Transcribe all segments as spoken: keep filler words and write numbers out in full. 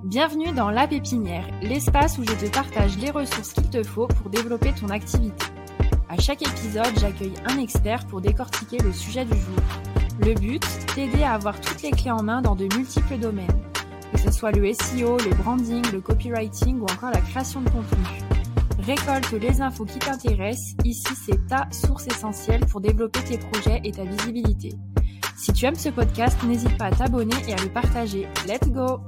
Bienvenue dans La Pépinière, l'espace où je te partage les ressources qu'il te faut pour développer ton activité. À chaque épisode, j'accueille un expert pour décortiquer le sujet du jour. Le but, t'aider à avoir toutes les clés en main dans de multiples domaines. Que ce soit le S E O, le branding, le copywriting ou encore la création de contenu. Récolte les infos qui t'intéressent, ici c'est ta source essentielle pour développer tes projets et ta visibilité. Si tu aimes ce podcast, n'hésite pas à t'abonner et à le partager. Let's go!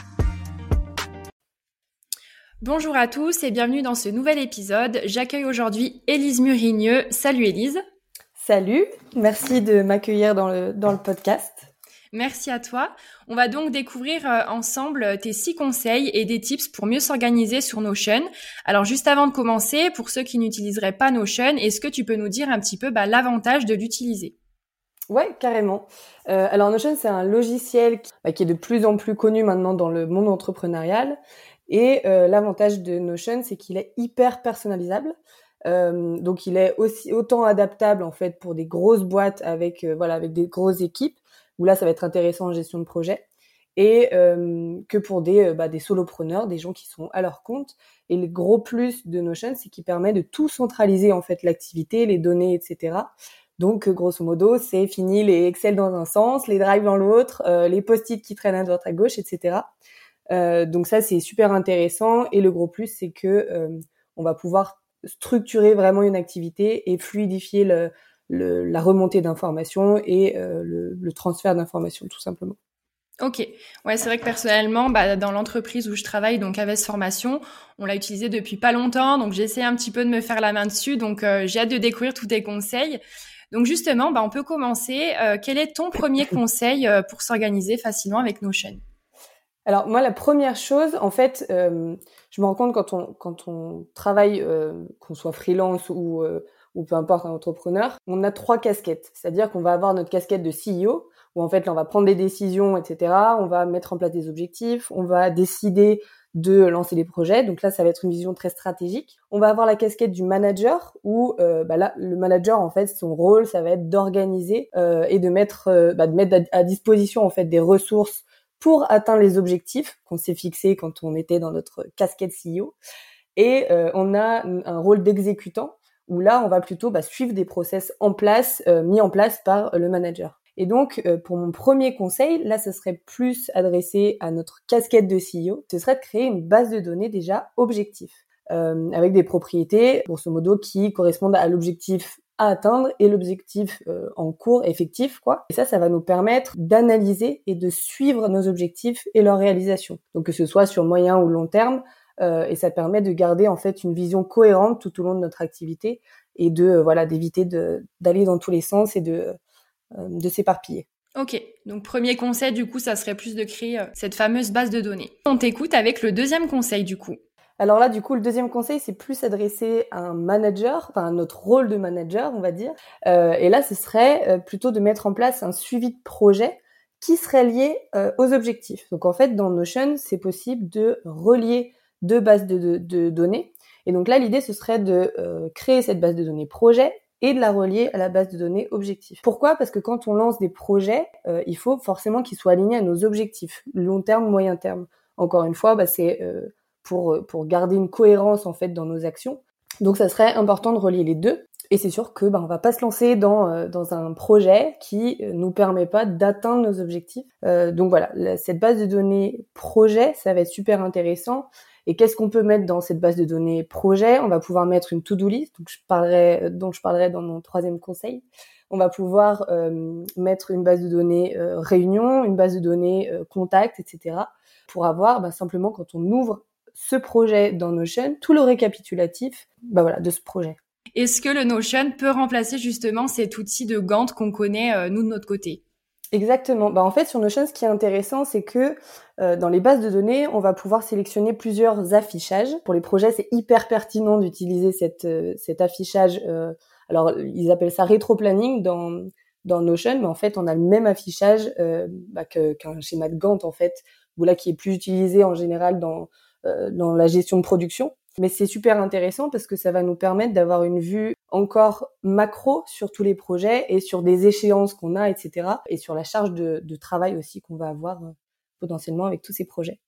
Bonjour à tous et bienvenue dans ce nouvel épisode. J'accueille aujourd'hui Élise Murigneux. Salut Élise. Salut, merci de m'accueillir dans le, dans le podcast. Merci à toi. On va donc découvrir euh, ensemble tes six conseils et des tips pour mieux s'organiser sur Notion. Alors juste avant de commencer, pour ceux qui n'utiliseraient pas Notion, est-ce que tu peux nous dire un petit peu bah, l'avantage de l'utiliser ? Ouais, carrément. Euh, alors Notion, c'est un logiciel qui, bah, qui est de plus en plus connu maintenant dans le monde entrepreneurial. Et euh, l'avantage de Notion, c'est qu'il est hyper personnalisable. Euh, donc il est aussi autant adaptable en fait pour des grosses boîtes avec euh, voilà avec des grosses équipes où là ça va être intéressant en gestion de projet et euh, que pour des euh, bah, des solopreneurs, des gens qui sont à leur compte. Et le gros plus de Notion, c'est qu'il permet de tout centraliser en fait l'activité, les données, et cetera. Donc grosso modo, c'est fini les Excel dans un sens, les Drive dans l'autre, euh, les post-it qui traînent à droite à gauche, et cetera. Euh, donc ça c'est super intéressant et le gros plus c'est que euh, on va pouvoir structurer vraiment une activité et fluidifier le, le, la remontée d'informations et euh, le, le transfert d'informations tout simplement. Ok, ouais, c'est vrai que personnellement, bah, dans l'entreprise où je travaille, donc Aves Formation, on l'a utilisé depuis pas longtemps, donc j'essaie un petit peu de me faire la main dessus, donc euh, j'ai hâte de découvrir tous tes conseils. Donc justement, bah, on peut commencer. Euh, quel est ton premier conseil euh, pour s'organiser facilement avec Notion ? Alors moi, la première chose, en fait, euh, je me rends compte quand on quand on travaille, euh, qu'on soit freelance ou euh, ou peu importe un entrepreneur, on a trois casquettes. C'est-à-dire qu'on va avoir notre casquette de C E O, où en fait là on va prendre des décisions, et cetera. On va mettre en place des objectifs, on va décider de lancer des projets. Donc là, ça va être une vision très stratégique. On va avoir la casquette du manager, où euh, bah là, le manager en fait, son rôle, ça va être d'organiser euh, et de mettre euh, bah, de mettre à, à disposition en fait des ressources pour atteindre les objectifs qu'on s'est fixés quand on était dans notre casquette C E O. Et euh, on a un rôle d'exécutant où là, on va plutôt bah, suivre des process en place, euh, mis en place par le manager. Et donc, euh, pour mon premier conseil, là, ce serait plus adressé à notre casquette de C E O, ce serait de créer une base de données déjà objectif, euh, avec des propriétés, grosso modo, qui correspondent à l'objectif à atteindre et l'objectif euh, en cours effectif, quoi. Et ça, ça va nous permettre d'analyser et de suivre nos objectifs et leur réalisation. Donc que ce soit sur moyen ou long terme, euh, et ça permet de garder en fait une vision cohérente tout au long de notre activité et de euh, voilà d'éviter de d'aller dans tous les sens et de euh, de s'éparpiller. Ok, donc premier conseil du coup, ça serait plus de créer euh, cette fameuse base de données. On t'écoute avec le deuxième conseil du coup. Alors là, du coup, le deuxième conseil, c'est plus adressé à un manager, enfin à notre rôle de manager, on va dire. Euh, et là, ce serait euh, plutôt de mettre en place un suivi de projet qui serait lié euh, aux objectifs. Donc en fait, dans Notion, c'est possible de relier deux bases de, de, de données. Et donc là, l'idée, ce serait de euh, créer cette base de données projet et de la relier à la base de données objectifs. Pourquoi ? Parce que quand on lance des projets, euh, il faut forcément qu'ils soient alignés à nos objectifs, long terme, moyen terme. Encore une fois, bah, c'est euh, pour pour garder une cohérence en fait dans nos actions. Donc ça serait important de relier les deux. Et c'est sûr que bah on va pas se lancer dans euh, dans un projet qui euh, nous permet pas d'atteindre nos objectifs. Euh, donc voilà, la, cette base de données projet, ça va être super intéressant. Et qu'est-ce qu'on peut mettre dans cette base de données projet ? On va pouvoir mettre une to-do list, donc je parlerai dont je parlerai dans mon troisième conseil. On va pouvoir euh, mettre une base de données euh, réunion, une base de données euh, contact, et cetera. Pour avoir bah, simplement quand on ouvre ce projet dans Notion, tout le récapitulatif bah voilà, de ce projet. Est-ce que le Notion peut remplacer justement cet outil de Gantt qu'on connaît, euh, nous, de notre côté ? Exactement. Bah, en fait, sur Notion, ce qui est intéressant, c'est que euh, dans les bases de données, on va pouvoir sélectionner plusieurs affichages. Pour les projets, c'est hyper pertinent d'utiliser cette, euh, cet affichage. Euh, alors, ils appellent ça rétro-planning dans, dans Notion, mais en fait, on a le même affichage euh, bah, que, qu'un schéma de Gantt, en fait, ou là, qui est plus utilisé en général dans Euh, dans la gestion de production. Mais c'est super intéressant parce que ça va nous permettre d'avoir une vue encore macro sur tous les projets et sur des échéances qu'on a, et cetera. Et sur la charge de, de travail aussi qu'on va avoir euh, potentiellement avec tous ces projets.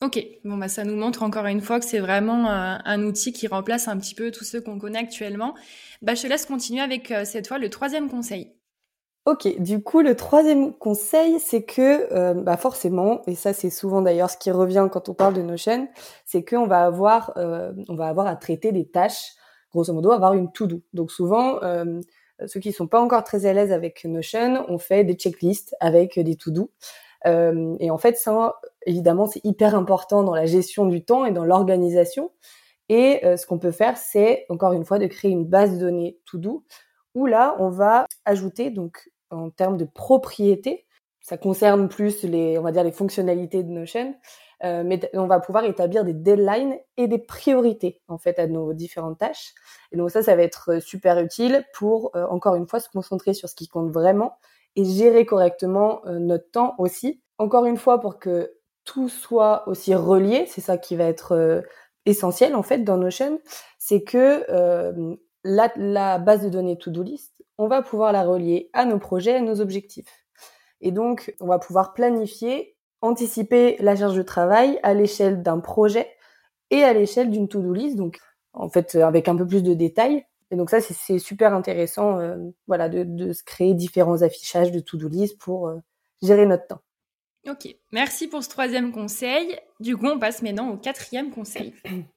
Ok, bon bah ça nous montre encore une fois que c'est vraiment un, un outil qui remplace un petit peu tous ceux qu'on connaît actuellement. Bah je te laisse continuer avec euh, cette fois le troisième conseil. Ok, du coup, le troisième conseil, c'est que, euh, bah forcément, et ça c'est souvent d'ailleurs ce qui revient quand on parle de Notion, c'est qu'on va avoir, euh, on va avoir à traiter des tâches, grosso modo, avoir une to-do. Donc souvent, euh, ceux qui sont pas encore très à l'aise avec Notion, on fait des checklists avec des to-do. Euh, et en fait, ça, évidemment, c'est hyper important dans la gestion du temps et dans l'organisation. Et euh, ce qu'on peut faire, c'est, encore une fois, de créer une base de données to-do, où là, on va ajouter, donc, en termes de propriété, ça concerne plus les, on va dire, les fonctionnalités de Notion, euh, mais on va pouvoir établir des deadlines et des priorités, en fait, à nos différentes tâches. Et donc ça, ça va être super utile pour, euh, encore une fois, se concentrer sur ce qui compte vraiment et gérer correctement euh, notre temps aussi. Encore une fois, pour que tout soit aussi relié, c'est ça qui va être euh, essentiel, en fait, dans Notion, c'est que euh, la, la base de données to-do list, on va pouvoir la relier à nos projets, à nos objectifs. Et donc, on va pouvoir planifier, anticiper la charge de travail à l'échelle d'un projet et à l'échelle d'une to-do list, donc en fait avec un peu plus de détails. Et donc ça, c'est, c'est super intéressant, euh, voilà, de, de se créer différents affichages de to-do list pour euh, gérer notre temps. Ok, merci pour ce troisième conseil. Du coup, on passe maintenant au quatrième conseil.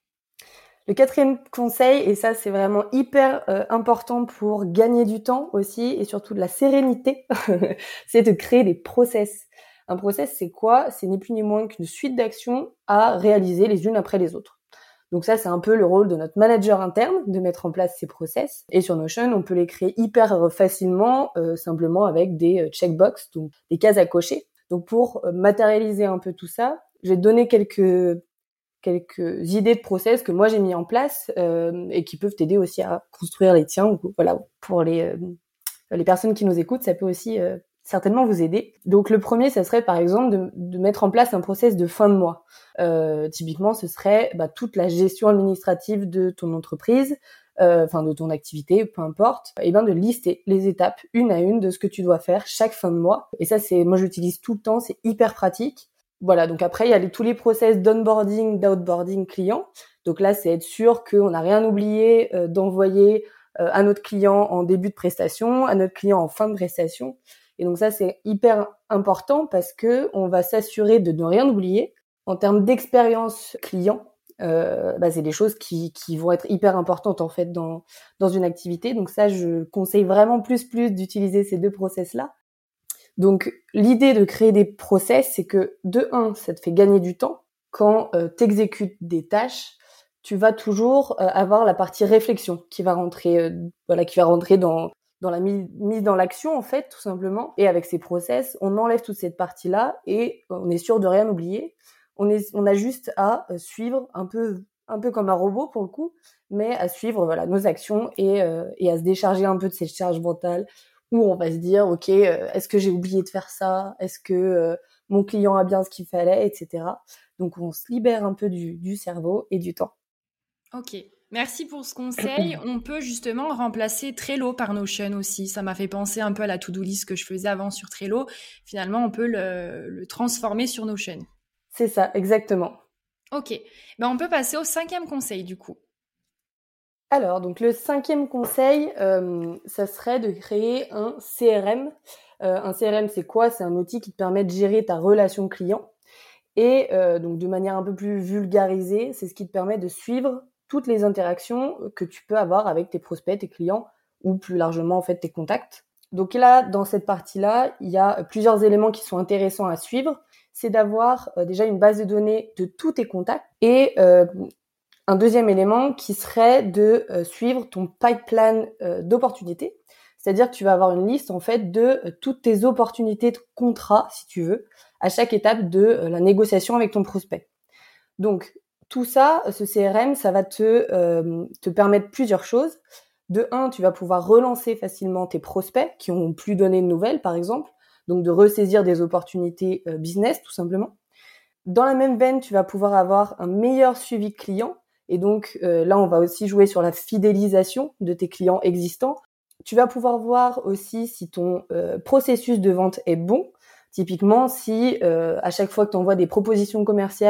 Le quatrième conseil, et ça c'est vraiment hyper euh, important pour gagner du temps aussi et surtout de la sérénité, c'est de créer des process. Un process, c'est quoi ? C'est ni plus ni moins qu'une suite d'actions à réaliser les unes après les autres. Donc ça, c'est un peu le rôle de notre manager interne, de mettre en place ces process. Et sur Notion, on peut les créer hyper facilement, euh, simplement avec des checkbox, donc des cases à cocher. Donc pour matérialiser un peu tout ça, je vais te donner quelques quelques idées de process que moi j'ai mis en place euh, et qui peuvent t'aider aussi à construire les tiens. Ou, voilà, pour les euh, les personnes qui nous écoutent, ça peut aussi euh, certainement vous aider. Donc le premier, ça serait par exemple de, de mettre en place un process de fin de mois. Euh, typiquement, ce serait bah, toute la gestion administrative de ton entreprise, enfin euh, de ton activité, peu importe, et bien de lister les étapes une à une de ce que tu dois faire chaque fin de mois. Et ça, c'est moi j'utilise tout le temps, c'est hyper pratique. Voilà, donc après, il y a les, tous les process d'onboarding, d'outboarding client. Donc là, c'est être sûr qu'on n'a rien oublié euh, d'envoyer euh, à notre client en début de prestation, à notre client en fin de prestation. Et donc ça, c'est hyper important parce que on va s'assurer de ne rien oublier. En termes d'expérience client, euh, bah, c'est des choses qui, qui vont être hyper importantes en fait dans, dans une activité. Donc ça, je conseille vraiment plus plus d'utiliser ces deux process-là. Donc, l'idée de créer des process, c'est que, de un, ça te fait gagner du temps. Quand euh, tu exécutes des tâches, tu vas toujours euh, avoir la partie réflexion qui va rentrer, euh, voilà, qui va rentrer dans dans la mise, mise dans l'action, en fait, tout simplement. Et avec ces process, on enlève toute cette partie-là et on est sûr de rien oublier. On est, on a juste à euh, suivre un peu, un peu comme un robot pour le coup, mais à suivre, voilà, nos actions et euh, et à se décharger un peu de cette charge mentale où on va se dire, ok, euh, est-ce que j'ai oublié de faire ça ? Est-ce que euh, mon client a bien ce qu'il fallait, et cetera. Donc, on se libère un peu du, du cerveau et du temps. Ok, merci pour ce conseil. On peut justement remplacer Trello par Notion aussi. Ça m'a fait penser un peu à la to-do list que je faisais avant sur Trello. Finalement, on peut le, le transformer sur Notion. C'est ça, exactement. Ok, ben, on peut passer au cinquième conseil du coup. Alors, donc le cinquième conseil, euh, ça serait de créer un C R M. Euh, un C R M, c'est quoi ? C'est un outil qui te permet de gérer ta relation client. Et euh, donc de manière un peu plus vulgarisée, c'est ce qui te permet de suivre toutes les interactions que tu peux avoir avec tes prospects, tes clients, ou plus largement en fait tes contacts. Donc là, dans cette partie-là, il y a plusieurs éléments qui sont intéressants à suivre. C'est d'avoir euh, déjà une base de données de tous tes contacts et euh, un deuxième élément qui serait de euh, suivre ton pipeline euh, d'opportunités. C'est-à-dire que tu vas avoir une liste en fait de euh, toutes tes opportunités de contrat, si tu veux, à chaque étape de euh, la négociation avec ton prospect. Donc tout ça, ce C R M, ça va te euh, te permettre plusieurs choses. De un, tu vas pouvoir relancer facilement tes prospects qui ont plus donné de nouvelles, par exemple, donc de ressaisir des opportunités euh, business, tout simplement. Dans la même veine, tu vas pouvoir avoir un meilleur suivi client. Et donc euh, là, on va aussi jouer sur la fidélisation de tes clients existants. Tu vas pouvoir voir aussi si ton euh, processus de vente est bon. Typiquement, si euh, à chaque fois que tu envoies des propositions commerciales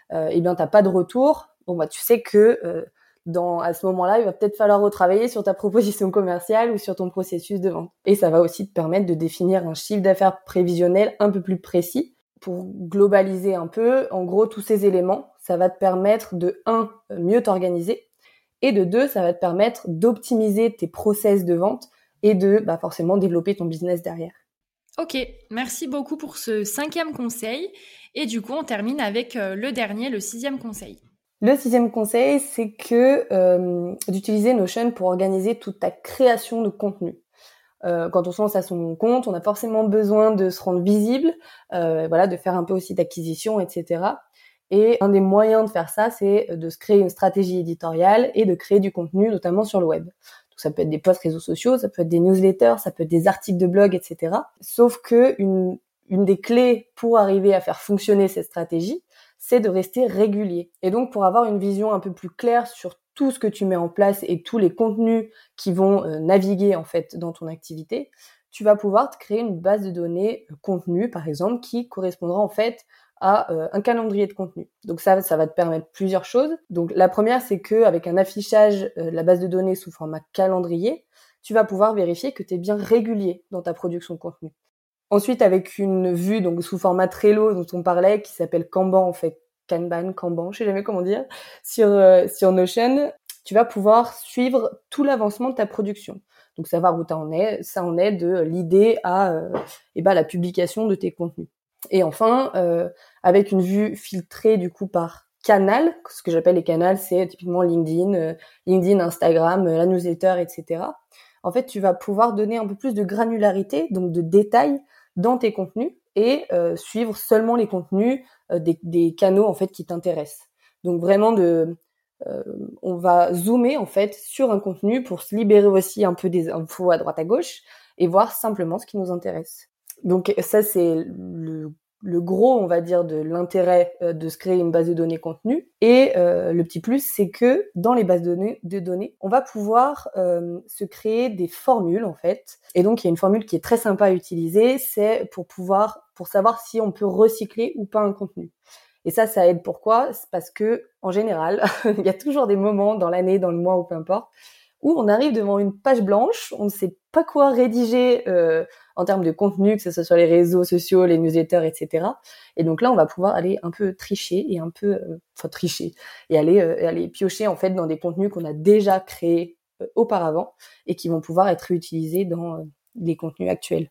euh, eh bien t'as pas de retour, bon bah tu sais que euh, dans à ce moment-là, il va peut-être falloir retravailler sur ta proposition commerciale ou sur ton processus de vente. Et ça va aussi te permettre de définir un chiffre d'affaires prévisionnel un peu plus précis. Pour globaliser un peu, en gros, tous ces éléments, ça va te permettre de, un, mieux t'organiser, et de deux, ça va te permettre d'optimiser tes process de vente et de bah, forcément développer ton business derrière. Ok, merci beaucoup pour ce cinquième conseil. Et du coup, on termine avec euh, le dernier, le sixième conseil. Le sixième conseil, c'est que euh, d'utiliser Notion pour organiser toute ta création de contenu. Euh, quand on se lance à son compte, on a forcément besoin de se rendre visible, euh, voilà, de faire un peu aussi d'acquisition, et cetera. Et un des moyens de faire ça, c'est de se créer une stratégie éditoriale et de créer du contenu, notamment sur le web. Donc ça peut être des posts réseaux sociaux, ça peut être des newsletters, ça peut être des articles de blog, et cetera. Sauf que une, une des clés pour arriver à faire fonctionner cette stratégie, c'est de rester régulier. Et donc, pour avoir une vision un peu plus claire sur tout ce que tu mets en place et tous les contenus qui vont euh, naviguer, en fait, dans ton activité, tu vas pouvoir te créer une base de données euh, contenu, par exemple, qui correspondra, en fait, à euh, un calendrier de contenu. Donc ça, ça va te permettre plusieurs choses. Donc, la première, c'est que avec un affichage euh, de la base de données sous format calendrier, tu vas pouvoir vérifier que tu es bien régulier dans ta production de contenu. Ensuite, avec une vue donc sous format Trello dont on parlait, qui s'appelle Kanban en fait, Kanban, Kanban, je sais jamais comment dire, sur euh, sur Notion, tu vas pouvoir suivre tout l'avancement de ta production. Donc savoir où t'en es, ça en est de l'idée à euh, et ben la publication de tes contenus. Et enfin, euh, avec une vue filtrée du coup par canal, ce que j'appelle les canals, c'est typiquement LinkedIn, euh, LinkedIn, Instagram, euh, la newsletter, et cetera. En fait, tu vas pouvoir donner un peu plus de granularité, donc de détails dans tes contenus et euh, suivre seulement les contenus euh, des, des canaux en fait qui t'intéressent. Donc vraiment de, euh, on va zoomer en fait sur un contenu pour se libérer aussi un peu des infos à droite à gauche et voir simplement ce qui nous intéresse. Donc ça c'est le le gros, on va dire, de l'intérêt euh, de se créer une base de données contenu. Et euh, le petit plus, c'est que dans les bases de données, de données on va pouvoir euh, se créer des formules, en fait. Et donc, il y a une formule qui est très sympa à utiliser, c'est pour pouvoir, pour savoir si on peut recycler ou pas un contenu. Et ça, ça aide. Pourquoi ? C'est parce que, en général, il y a toujours des moments dans l'année, dans le mois ou peu importe, où on arrive devant une page blanche, on ne sait pas quoi rédiger euh, en termes de contenu, que ce soit sur les réseaux sociaux, les newsletters, et cetera. Et donc là, on va pouvoir aller un peu tricher et un peu, euh, enfin tricher et aller euh, aller piocher en fait dans des contenus qu'on a déjà créés euh, auparavant et qui vont pouvoir être réutilisés dans euh, les contenus actuels.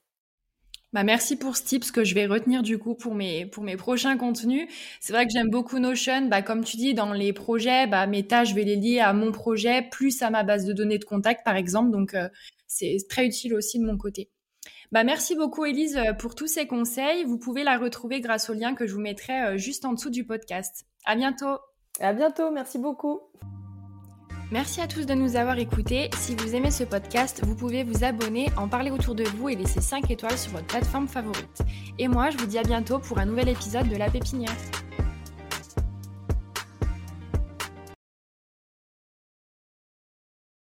Bah merci pour ce tips que je vais retenir du coup pour mes pour mes prochains contenus. C'est vrai que j'aime beaucoup Notion. Bah comme tu dis, dans les projets, bah mes tâches, je vais les lier à mon projet plus à ma base de données de contact par exemple. Donc euh, c'est très utile aussi de mon côté. Bah merci beaucoup Élise pour tous ces conseils. Vous pouvez la retrouver grâce au lien que je vous mettrai juste en dessous du podcast. À bientôt. À bientôt. Merci beaucoup. Merci à tous de nous avoir écoutés. Si vous aimez ce podcast, vous pouvez vous abonner, en parler autour de vous et laisser cinq étoiles sur votre plateforme favorite. Et moi, je vous dis à bientôt pour un nouvel épisode de La Pépinière.